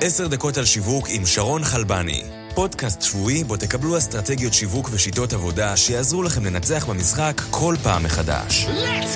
10 דקות על שיווק עם שרון חלבני. פודקאסט שבועי בו תקבלו אסטרטגיות שיווק ושיטות עבודה שיעזרו לכם לנצח במשחק כל פעם מחדש.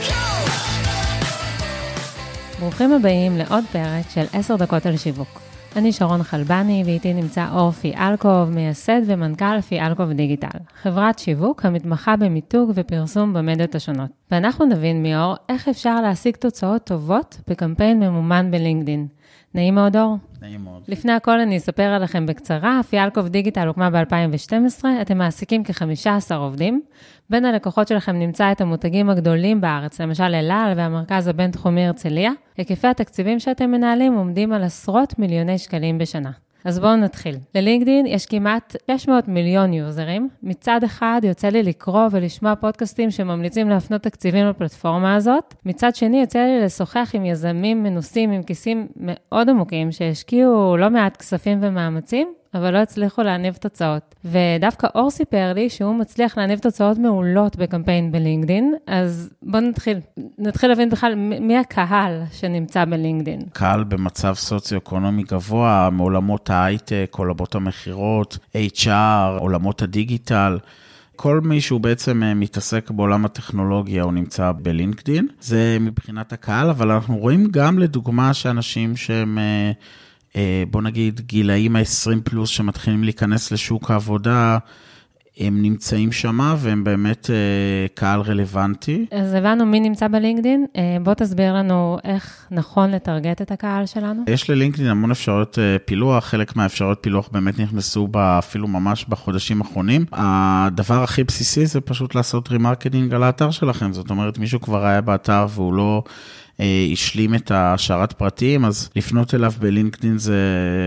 ברוכים הבאים לעוד פרק של 10 דקות על שיווק. אני שרון חלבני ואיתי נמצא אור פיאלקוב, מייסד ומנכ"ל פיאלקוב דיגיטל, חברת שיווק המתמחה במיתוג ופרסום במדיות השונות. ואנחנו נבין מאור איך אפשר להשיג תוצאות טובות בקמפיין ממומן בלינקדין. נעים מאוד אור? נעים מאוד. לפני הכל אני אספר עליכם בקצרה, פיאלקוב דיגיטל הוקמה ב-2012, אתם מעסיקים כ-15 עובדים, בין הלקוחות שלכם נמצא את המותגים הגדולים בארץ, למשל אלעל והמרכז הבינתחומי הרצליה, היקפי התקציבים שאתם מנהלים עומדים על עשרות מיליוני שקלים בשנה. אז בואו נתחיל. ללינקדין יש כמעט 600 מיליון יוזרים. מצד אחד יוצא לי לקרוא ולשמוע פודקאסטים שממליצים להפנות תקציבים לפלטפורמה הזאת. מצד שני יוצא לי לשוחח עם יזמים מנוסים עם כיסים מאוד עמוקים שהשקיעו לא מעט כספים ומאמצים, אבל לא הצליחו להניב תוצאות. ודווקא אור סיפר לי שהוא מצליח להניב תוצאות מעולות בקמפיין בלינקדין, אז בואו נתחיל להבין בכלל מי הקהל שנמצא בלינקדין. קהל במצב סוציו-אקונומי גבוה, מעולמות ההייטק, עולמות המחירות, HR, עולמות הדיגיטל, כל מי שהוא בעצם מתעסק בעולם הטכנולוגיה הוא נמצא בלינקדין. זה מבחינת הקהל, אבל אנחנו רואים גם לדוגמה שאנשים שהם בוא נגיד גילאים ה-20 פלוס שמתחילים להיכנס לשוק העבודה, הם נמצאים שמה והם באמת קהל רלוונטי. אז הבנו מי נמצא בלינקדין, בוא תסביר לנו איך נכון לטרגט את הקהל שלנו. יש ללינקדין המון אפשרויות פילוח, חלק מהאפשרויות פילוח באמת נכנסו אפילו ממש בחודשים האחרונים. הדבר הכי בסיסי זה פשוט לעשות רימרקטינג על האתר שלכם, זאת אומרת מישהו כבר היה באתר והוא לא השלים את השארת פרטים, אז לפנות אליו בלינקדין זה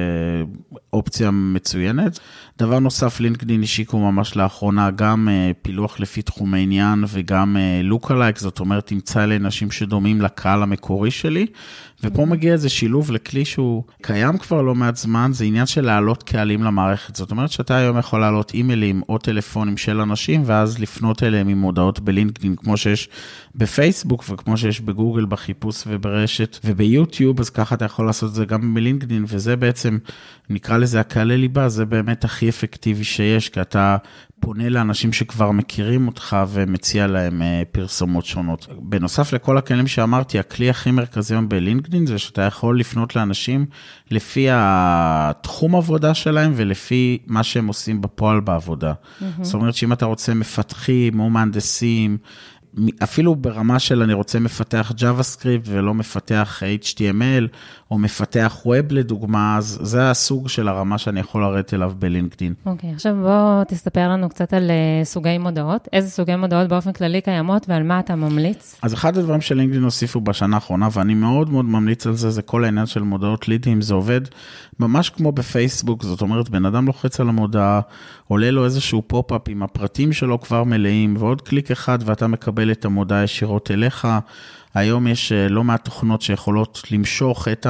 אופציה מצוינת. דבר נוסף, לינקדין השיקו ממש לאחרונה גם פילוח לפי תחום העניין וגם לוקלייק, זאת אומרת תמצא אלה אנשים שדומים לקהל המקורי שלי, ופה מגיע איזה שילוב לכלי שהוא קיים כבר לא מעט זמן, זה עניין של להעלות קהלים למערכת, זאת אומרת שאתה היום יכול להעלות אימיילים או טלפונים של אנשים, ואז לפנות אליהם עם הודעות בלינקדין, כמו שיש בפייסבוק וכמו שיש בגוגל בחיפוש וברשת וביוטיוב, אז ככה אתה יכול לעשות את זה גם בלינקדין, וזה בעצם, נקרא לזה הקהלי ליבה, זה באמת הכי אפקטיבי שיש, כי אתה פונה לאנשים שכבר מכירים אותך ומציע להם פרסומות שונות. בנוסף לכל הכלים שאמרתי, הכלי הכי מרכזי בלינקדין זה שאתה יכול לפנות לאנשים לפי התחום עבודה שלהם ולפי מה שהם עושים בפועל בעבודה. זאת אומרת שאם אתה רוצה מפתחים או מהנדסים, אפילו ברמה של אני רוצה מפתח JavaScript ולא מפתח HTML או מפתח Web לדוגמה, אז זה הסוג של הרמה שאני יכול לרדת אליו בלינקדין. אוקיי, עכשיו בוא תספר לנו קצת על סוגי מודעות. איזה סוגי מודעות באופן כללי קיימות ועל מה אתה ממליץ? אז אחד הדברים שלינקדין הוסיפו בשנה האחרונה, ואני מאוד מאוד ממליץ על זה, זה כל העניין של מודעות לידים, זה עובד ממש כמו בפייסבוק, זאת אומרת בן אדם לוחץ על המודעה, עולה לו איזשהו פופ-אפ עם הפרטים שלו כבר מלאים, ועוד קליק אחד ואתה מקבל את המודעה ישירות אליך. היום יש לא מעט תוכנות שיכולות למשוך את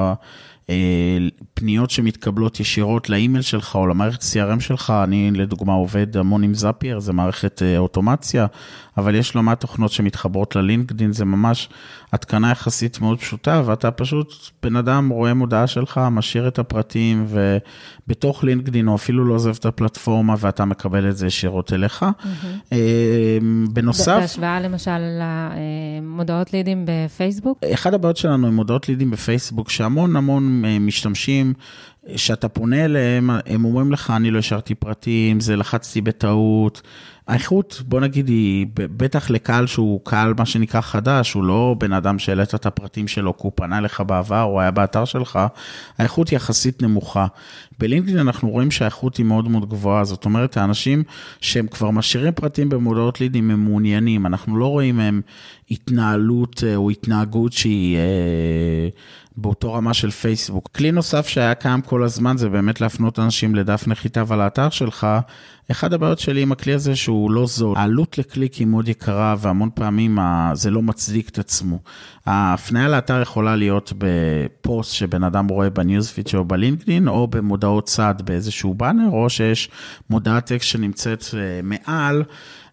הפניות שמתקבלות ישירות לאימייל שלך או למערכת CRM שלך. אני לדוגמה עובד המון עם זאפייר, זה מערכת אוטומציה, אבל יש לא מעט תוכנות שמתחברות ללינקדין, זה ממש התקנה יחסית מאוד פשוטה, ואתה פשוט בן אדם רואה מודעה שלך, משאיר את הפרטים, ובתוך לינקדין או אפילו לא עוזב את הפלטפורמה, ואתה מקבל את זה ישירות אליך. בנוסף, בהשוואה למשל למודעות לידים בפייסבוק? אחד הבעיות שלנו עם מודעות לידים בפייסבוק, שהמון המון משתמשים, שאתה פונה אליהם, הם אומרים לך, אני לא השארתי פרטים, זה לחצתי בטעות. האיכות, בוא נגיד, היא בטח לקהל שהוא קהל מה שנקרא חדש, הוא לא בן אדם שהעלית את הפרטים שלו, כי הוא פנה לך בעבר, או היה באתר שלך, האיכות יחסית נמוכה. בלינקדין אנחנו רואים שהאיכות היא מאוד מאוד גבוהה, זאת אומרת, האנשים שהם כבר משאירים פרטים במודעות לידים, הם מעוניינים, אנחנו לא רואים הם התנהלות או התנהגות שהיא באותו רמה של פייסבוק. כלי נוסף שהיה קיים כל הזמן, זה באמת להפנות אנשים לדף נחיתה ועל האתר שלך. אחד הבעיות שלי עם הכלי הזה שהוא לא זול. העלות לקליק היא מאוד יקרה, והמון פעמים זה לא מצדיק את עצמו. ההפניה לאתר יכולה להיות בפוסט שבן אדם רואה בניוזפיד שלו בלינקדין, או במודעות צד באיזשהו באנר, או שיש מודעת טקסט שנמצאת מעל,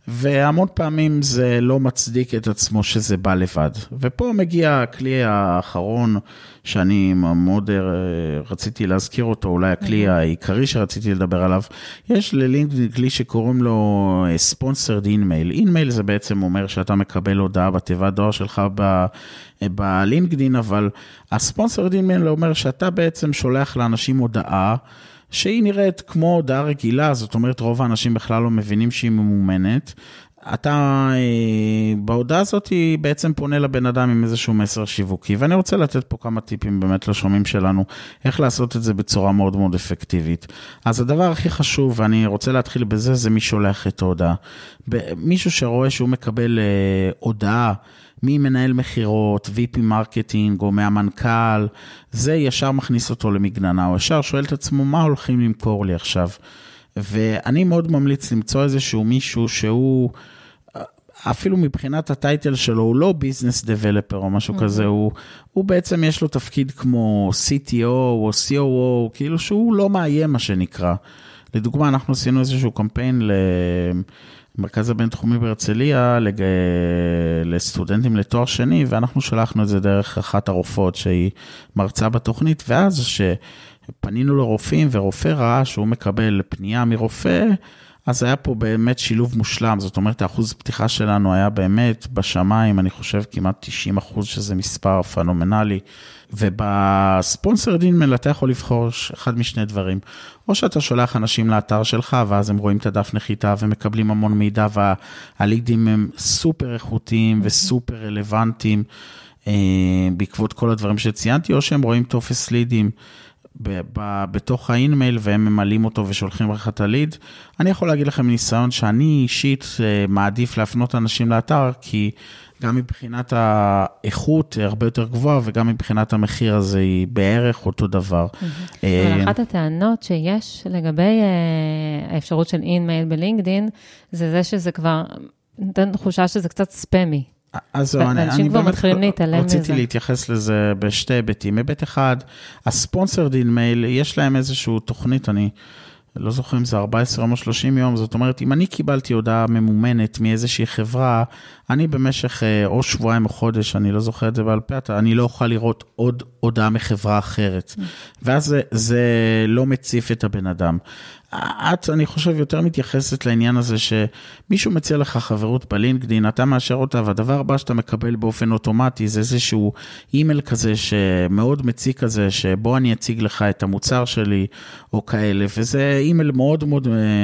והמון פעמים זה לא מצדיק את עצמו שזה בא לבד. ופה מגיע הכלי האחרון, שאני מאוד רציתי להזכיר אותו, אולי הכלי העיקרי שרציתי לדבר עליו. יש ללינקדאין כלי שקוראים לו Sponsored Email. אימייל זה בעצם אומר שאתה מקבל הודעה בתיבת דואר שלך בלינקדאין, אבל ה-Sponsored Email אומר שאתה בעצם שולח לאנשים הודעה, שהיא נראית כמו הודעה רגילה, זאת אומרת רוב האנשים בכלל לא מבינים שהיא ממומנת, אתה בהודעה הזאת היא בעצם פונה לבן אדם עם איזשהו מסר שיווקי, ואני רוצה לתת פה כמה טיפים באמת לשומעים שלנו, איך לעשות את זה בצורה מאוד מאוד אפקטיבית. אז הדבר הכי חשוב, ואני רוצה להתחיל בזה, זה מי שולח את ההודעה. מישהו שרואה שהוא מקבל הודעה, ממנהל מחירות, VP מרקטינג או מהמנכ"ל, זה ישר מכניס אותו למגננה, או ישר שואל את עצמו מה הולכים למכור לי עכשיו. ואני מאוד ממליץ למצוא איזשהו מישהו שהוא, אפילו מבחינת הטייטל שלו, הוא לא ביזנס דבלפר או משהו כזה, הוא בעצם יש לו תפקיד כמו CTO או COO, כאילו שהוא לא מאיים מה שנקרא. לדוגמה, אנחנו עשינו איזשהו קמפיין למרכז הבינתחומי בהרצליה, לסטודנטים לתואר שני, ואנחנו שלחנו את זה דרך אחת הרופאות שהיא מרצה בתוכנית, ואז שפנינו לרופאים, ורופא ראה שהוא מקבל פנייה מרופא, אז היה פה באמת שילוב מושלם, זאת אומרת, האחוז פתיחה שלנו היה באמת בשמיים, אני חושב כמעט 90%, שזה מספר פנומנלי, ובספונסרד אימייל אתה יכול לבחור אחד משני דברים, או שאתה שולח אנשים לאתר שלך, ואז הם רואים את הדף נחיתה, ומקבלים המון מידע, והלידים הם סופר איכותיים, וסופר רלוונטיים, בעקבות כל הדברים שציינתי, או שהם רואים טופס לידים, בתוך האימייל, והם ממלאים אותו ושולחים לך את הליד. אני יכול להגיד לכם ניסיון שאני אישית מעדיף להפנות אנשים לאתר, כי גם מבחינת האיכות הרבה יותר גבוהה, וגם מבחינת המחיר הזה היא בערך אותו דבר. אבל אחת הטענות שיש לגבי האפשרות של אימייל בלינקדאין, זה שזה כבר נותן תחושה שזה קצת ספמי. אז אני כבר מתחילים להתעלם מזה. רציתי להתייחס לזה בשתי היבטים. היבט אחד, הספונסרד אימייל, יש להם איזשהו תוכנית, אני לא זוכר אם זה 14 או 30 יום, זאת אומרת, אם אני קיבלתי הודעה ממומנת מאיזושהי חברה, אני במשך או שבועיים או חודש, אני לא זוכר את זה בעל פה, אני לא אוכל לראות עוד הודעה מחברה אחרת. ואז זה לא מציף את הבן אדם. אני חושב, יותר מתייחסת לעניין הזה שמישהו מציע לך חברות בלינקדאין, אתה מאשר אותה, והדבר הבא שאתה מקבל באופן אוטומטי, זה איזשהו אימייל כזה שמאוד מציג כזה, שבו אני אציג לך את המוצר שלי, או כאלה, וזה אימייל מאוד מאוד,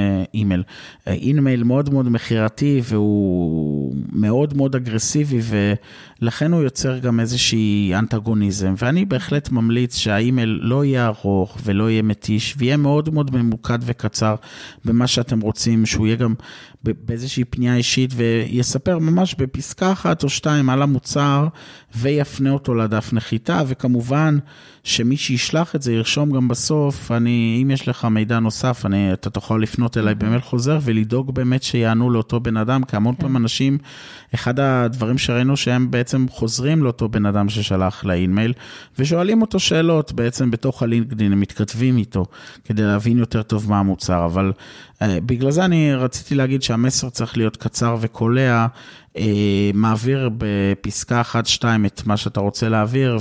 אימייל מאוד מאוד מחירתי, והוא מאוד מאוד אגרסיבי, ולכן הוא יוצר גם איזושהי אנטגוניזם, ואני בהחלט ממליץ שהאימייל לא יהיה ארוך, ולא יהיה מתיש, ויהיה מאוד מאוד ממוקד וקצר במה שאתם רוצים, שהוא יהיה גם באיזושהי פנייה אישית, ויספר ממש בפסקה 1 או 2 על המוצר, ויפנה אותו לדף נחיתה, וכמובן שמי שישלח את זה ירשום גם בסוף, אם יש לך מידע נוסף, אתה תוכל לפנות אליי במייל חוזר, ולדאוג באמת שיענו לאותו בן אדם, כי המון פעם אנשים, אחד הדברים שראינו שהם בעצם חוזרים לאותו בן אדם ששלח לאימייל, ושואלים אותו שאלות בעצם בתוך הלינקדאין, הם מתכתבים איתו, כדי להבין יותר טוב מה המוצר, אבל בגלל זה אני רציתי להגיד שהמסר צריך להיות קצר וקולע, מעביר בפסקה 1-2 את מה שאתה רוצה להעביר,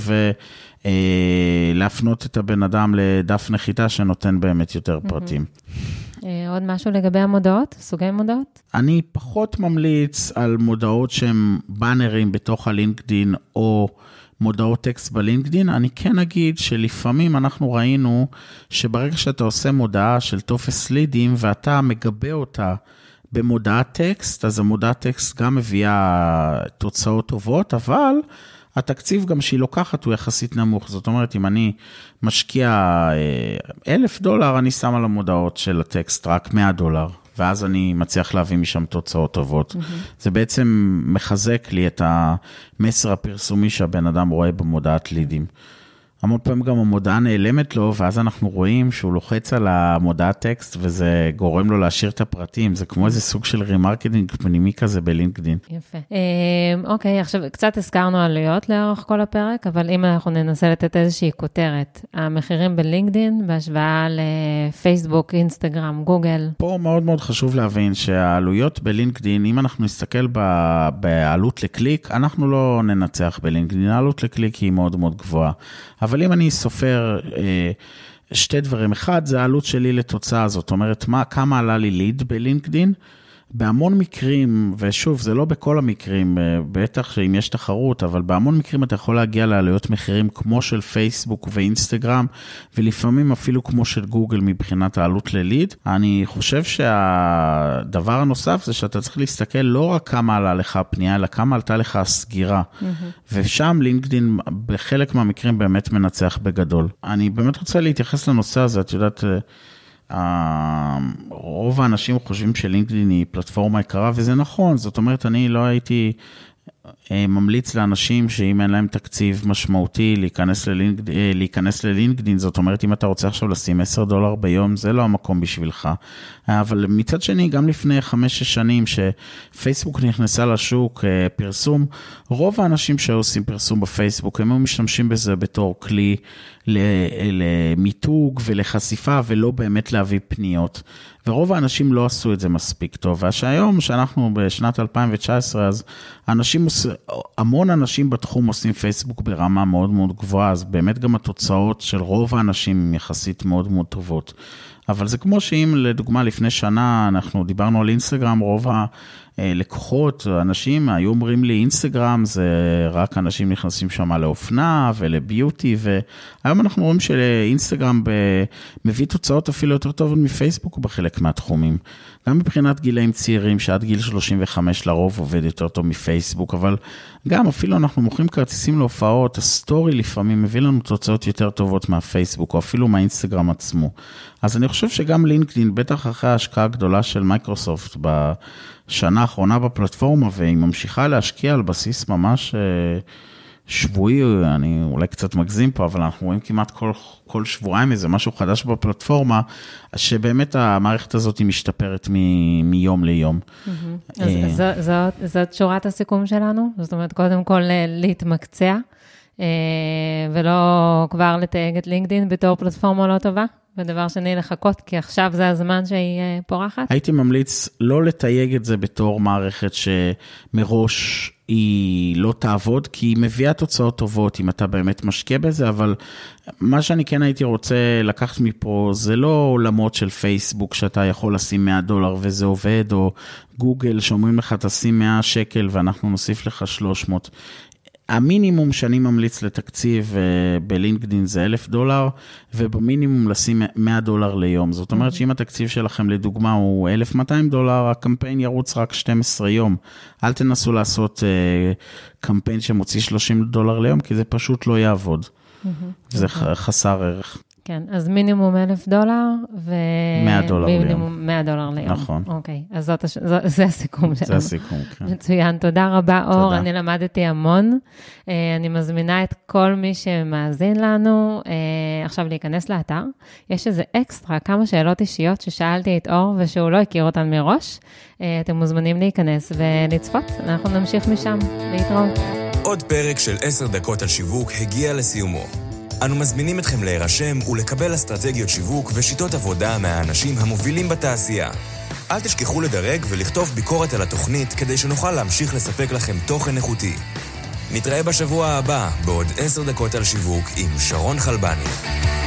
ולהפנות את הבן אדם לדף נחיתה שנותן באמת יותר פרטים. עוד משהו לגבי המודעות? סוגי מודעות? אני פחות ממליץ על מודעות שהן באנרים בתוך הלינקדאין, או מודעות טקסט בלינקדאין. אני כן אגיד שלפעמים אנחנו ראינו שברגע שאתה עושה מודעה של טופס לידים, ואתה מגבה אותה במודעת טקסט, אז המודעת טקסט גם מביאה תוצאות טובות, אבל התקציב גם שהיא לוקחת הוא יחסית נמוך. זאת אומרת, אם אני משקיע $1,000, אני שם על המודעות של הטקסט רק $100, ואז אני מצליח להביא משם תוצאות טובות. זה בעצם מחזק לי את המסר הפרסומי שהבן אדם רואה במודעת לידים. המון פעמים גם המודעה נעלמת לו, ואז אנחנו רואים שהוא לוחץ על המודעת טקסט, וזה גורם לו להשאיר את הפרטים, זה כמו איזה סוג של רימרקטינג פנימי כזה בלינקדין. יפה. אוקיי, עכשיו קצת הזכרנו עלויות לאורך כל הפרק, אבל אם אנחנו ננסה לתת איזושהי כותרת, המחירים בלינקדין, בהשוואה לפייסבוק, אינסטגרם, גוגל. פה מאוד מאוד חשוב להבין שהעלויות בלינקדין, אם אנחנו נסתכל בעלות לקליק, אנחנו לא ננצח בלינקדין, העלות לקליק היא מאוד מאוד גבוהה. אבל אם אני סופר שתי דברים, אחד זה העלות שלי לתוצאה, זאת אומרת, כמה עלה לי ליד בלינקדין, בהמון מקרים, ושוב, זה לא בכל המקרים, בטח שאם יש תחרות, אבל בהמון מקרים אתה יכול להגיע לעלויות מחירים כמו של פייסבוק ואינסטגרם, ולפעמים אפילו כמו של גוגל מבחינת העלות לליד. אני חושב שהדבר הנוסף זה שאתה צריך להסתכל לא רק כמה עלה לך הפנייה, אלא כמה עלתה לך הסגירה. ושם לינקדין בחלק מהמקרים באמת מנצח בגדול. אני באמת רוצה להתייחס לנושא הזה, את יודעת, רוב האנשים חושבים שלינקדין היא פלטפורמה יקרה, וזה נכון, זאת אומרת, אני לא הייתי ממליץ לאנשים שאם אין להם תקציב משמעותי להיכנס ללינקדין, זאת אומרת, אם אתה רוצה עכשיו לשים $10 ביום, זה לא המקום בשבילך. אבל מצד שני, גם לפני 5-6 שנים שפייסבוק נכנסה לשוק פרסום, רוב האנשים שעושים פרסום בפייסבוק, הם משתמשים בזה בתור כלי למיתוג ולחשיפה, ולא באמת להביא פניות. ורוב האנשים לא עשו את זה מספיק טוב. והיום, שאנחנו בשנת 2019, אז המון אנשים בתחום עושים פייסבוק ברמה מאוד מאוד גבוהה, אז באמת גם התוצאות של רוב האנשים יחסית מאוד מאוד טובות. אבל זה כמו שאם לדוגמה לפני שנה אנחנו דיברנו על אינסטגרם, רוב הלקוחות, אנשים היו אומרים לי אינסטגרם זה רק אנשים נכנסים שם לאופנה ולביוטי, והיום אנחנו רואים שאינסטגרם מביא תוצאות אפילו יותר טובות מפייסבוק בחלק מהתחומים. גם מבחינת גילאים צעירים שעד גיל 35 לרוב עובד יותר טוב מפייסבוק, אבל גם אפילו אנחנו מוכרים כרטיסים להופעות, הסטורי לפעמים מביא לנו תוצאות יותר טובות מהפייסבוק או אפילו מהאינסטגרם עצמו. אז אני חושב שגם לינקדין, בטח אחרי ההשקעה הגדולה של מייקרוסופט בשנה האחרונה בפלטפורמה, והיא ממשיכה להשקיע על בסיס ממש שבועי, אני אולי קצת מגזים פה, אבל אנחנו רואים כמעט כל שבועיים איזה משהו חדש בפלטפורמה, שבאמת המערכת הזאת היא משתפרת מיום ליום. אז זאת שורת הסיכום שלנו, זאת אומרת, קודם כל להתמקצע, ולא כבר לתייג את לינקדין בתור פלטפורמה לא טובה, ודבר שני לחכות, כי עכשיו זה הזמן שהיא פורחת. הייתי ממליץ לא לתייג את זה בתור מערכת שמראש היא לא תעבוד, כי היא מביאה תוצאות טובות אם אתה באמת משקיע בזה, אבל מה שאני כן הייתי רוצה לקחת מפה, זה לא עולמות של פייסבוק שאתה יכול לשים $100 וזה עובד, או גוגל שאומרים לך תשים $100 ואנחנו נוסיף לך 300. המינימום שאני ממליץ לתקציב בלינקדין זה $1,000, ובמינימום לשים $100 ליום. זאת אומרת שאם התקציב שלכם לדוגמה הוא $1,200, הקמפיין ירוץ רק 12 יום. אל תנסו לעשות קמפיין שמוציא $30 ליום, כי זה פשוט לא יעבוד. זה חסר ערך. כן, אז מינימום $1,000 ומינימום $100 ליום. נכון. אוקיי, אז זה הסיכום שלנו. זה הסיכום, כן. מצוין, תודה רבה אור, אני למדתי המון. אני מזמינה את כל מי שמאזין לנו עכשיו להיכנס לאתר. יש איזה אקסטרה, כמה שאלות אישיות ששאלתי את אור ושהוא לא הכיר אותן מראש. אתם מוזמנים להיכנס ולצפות, אנחנו נמשיך משם, להתראות. עוד פרק של 10 דקות על שיווק הגיע לסיומו. אנו מזמינים אתכם להירשם ולקבל אסטרטגיות שיווק ושיטות עבודה מהאנשים המובילים בתעשייה. אל תשכחו לדרג ולכתוב ביקורת על התוכנית כדי שנוכל להמשיך לספק לכם תוכן איכותי. נתראה בשבוע הבא בעוד 10 דקות על שיווק עם שרון חלבני.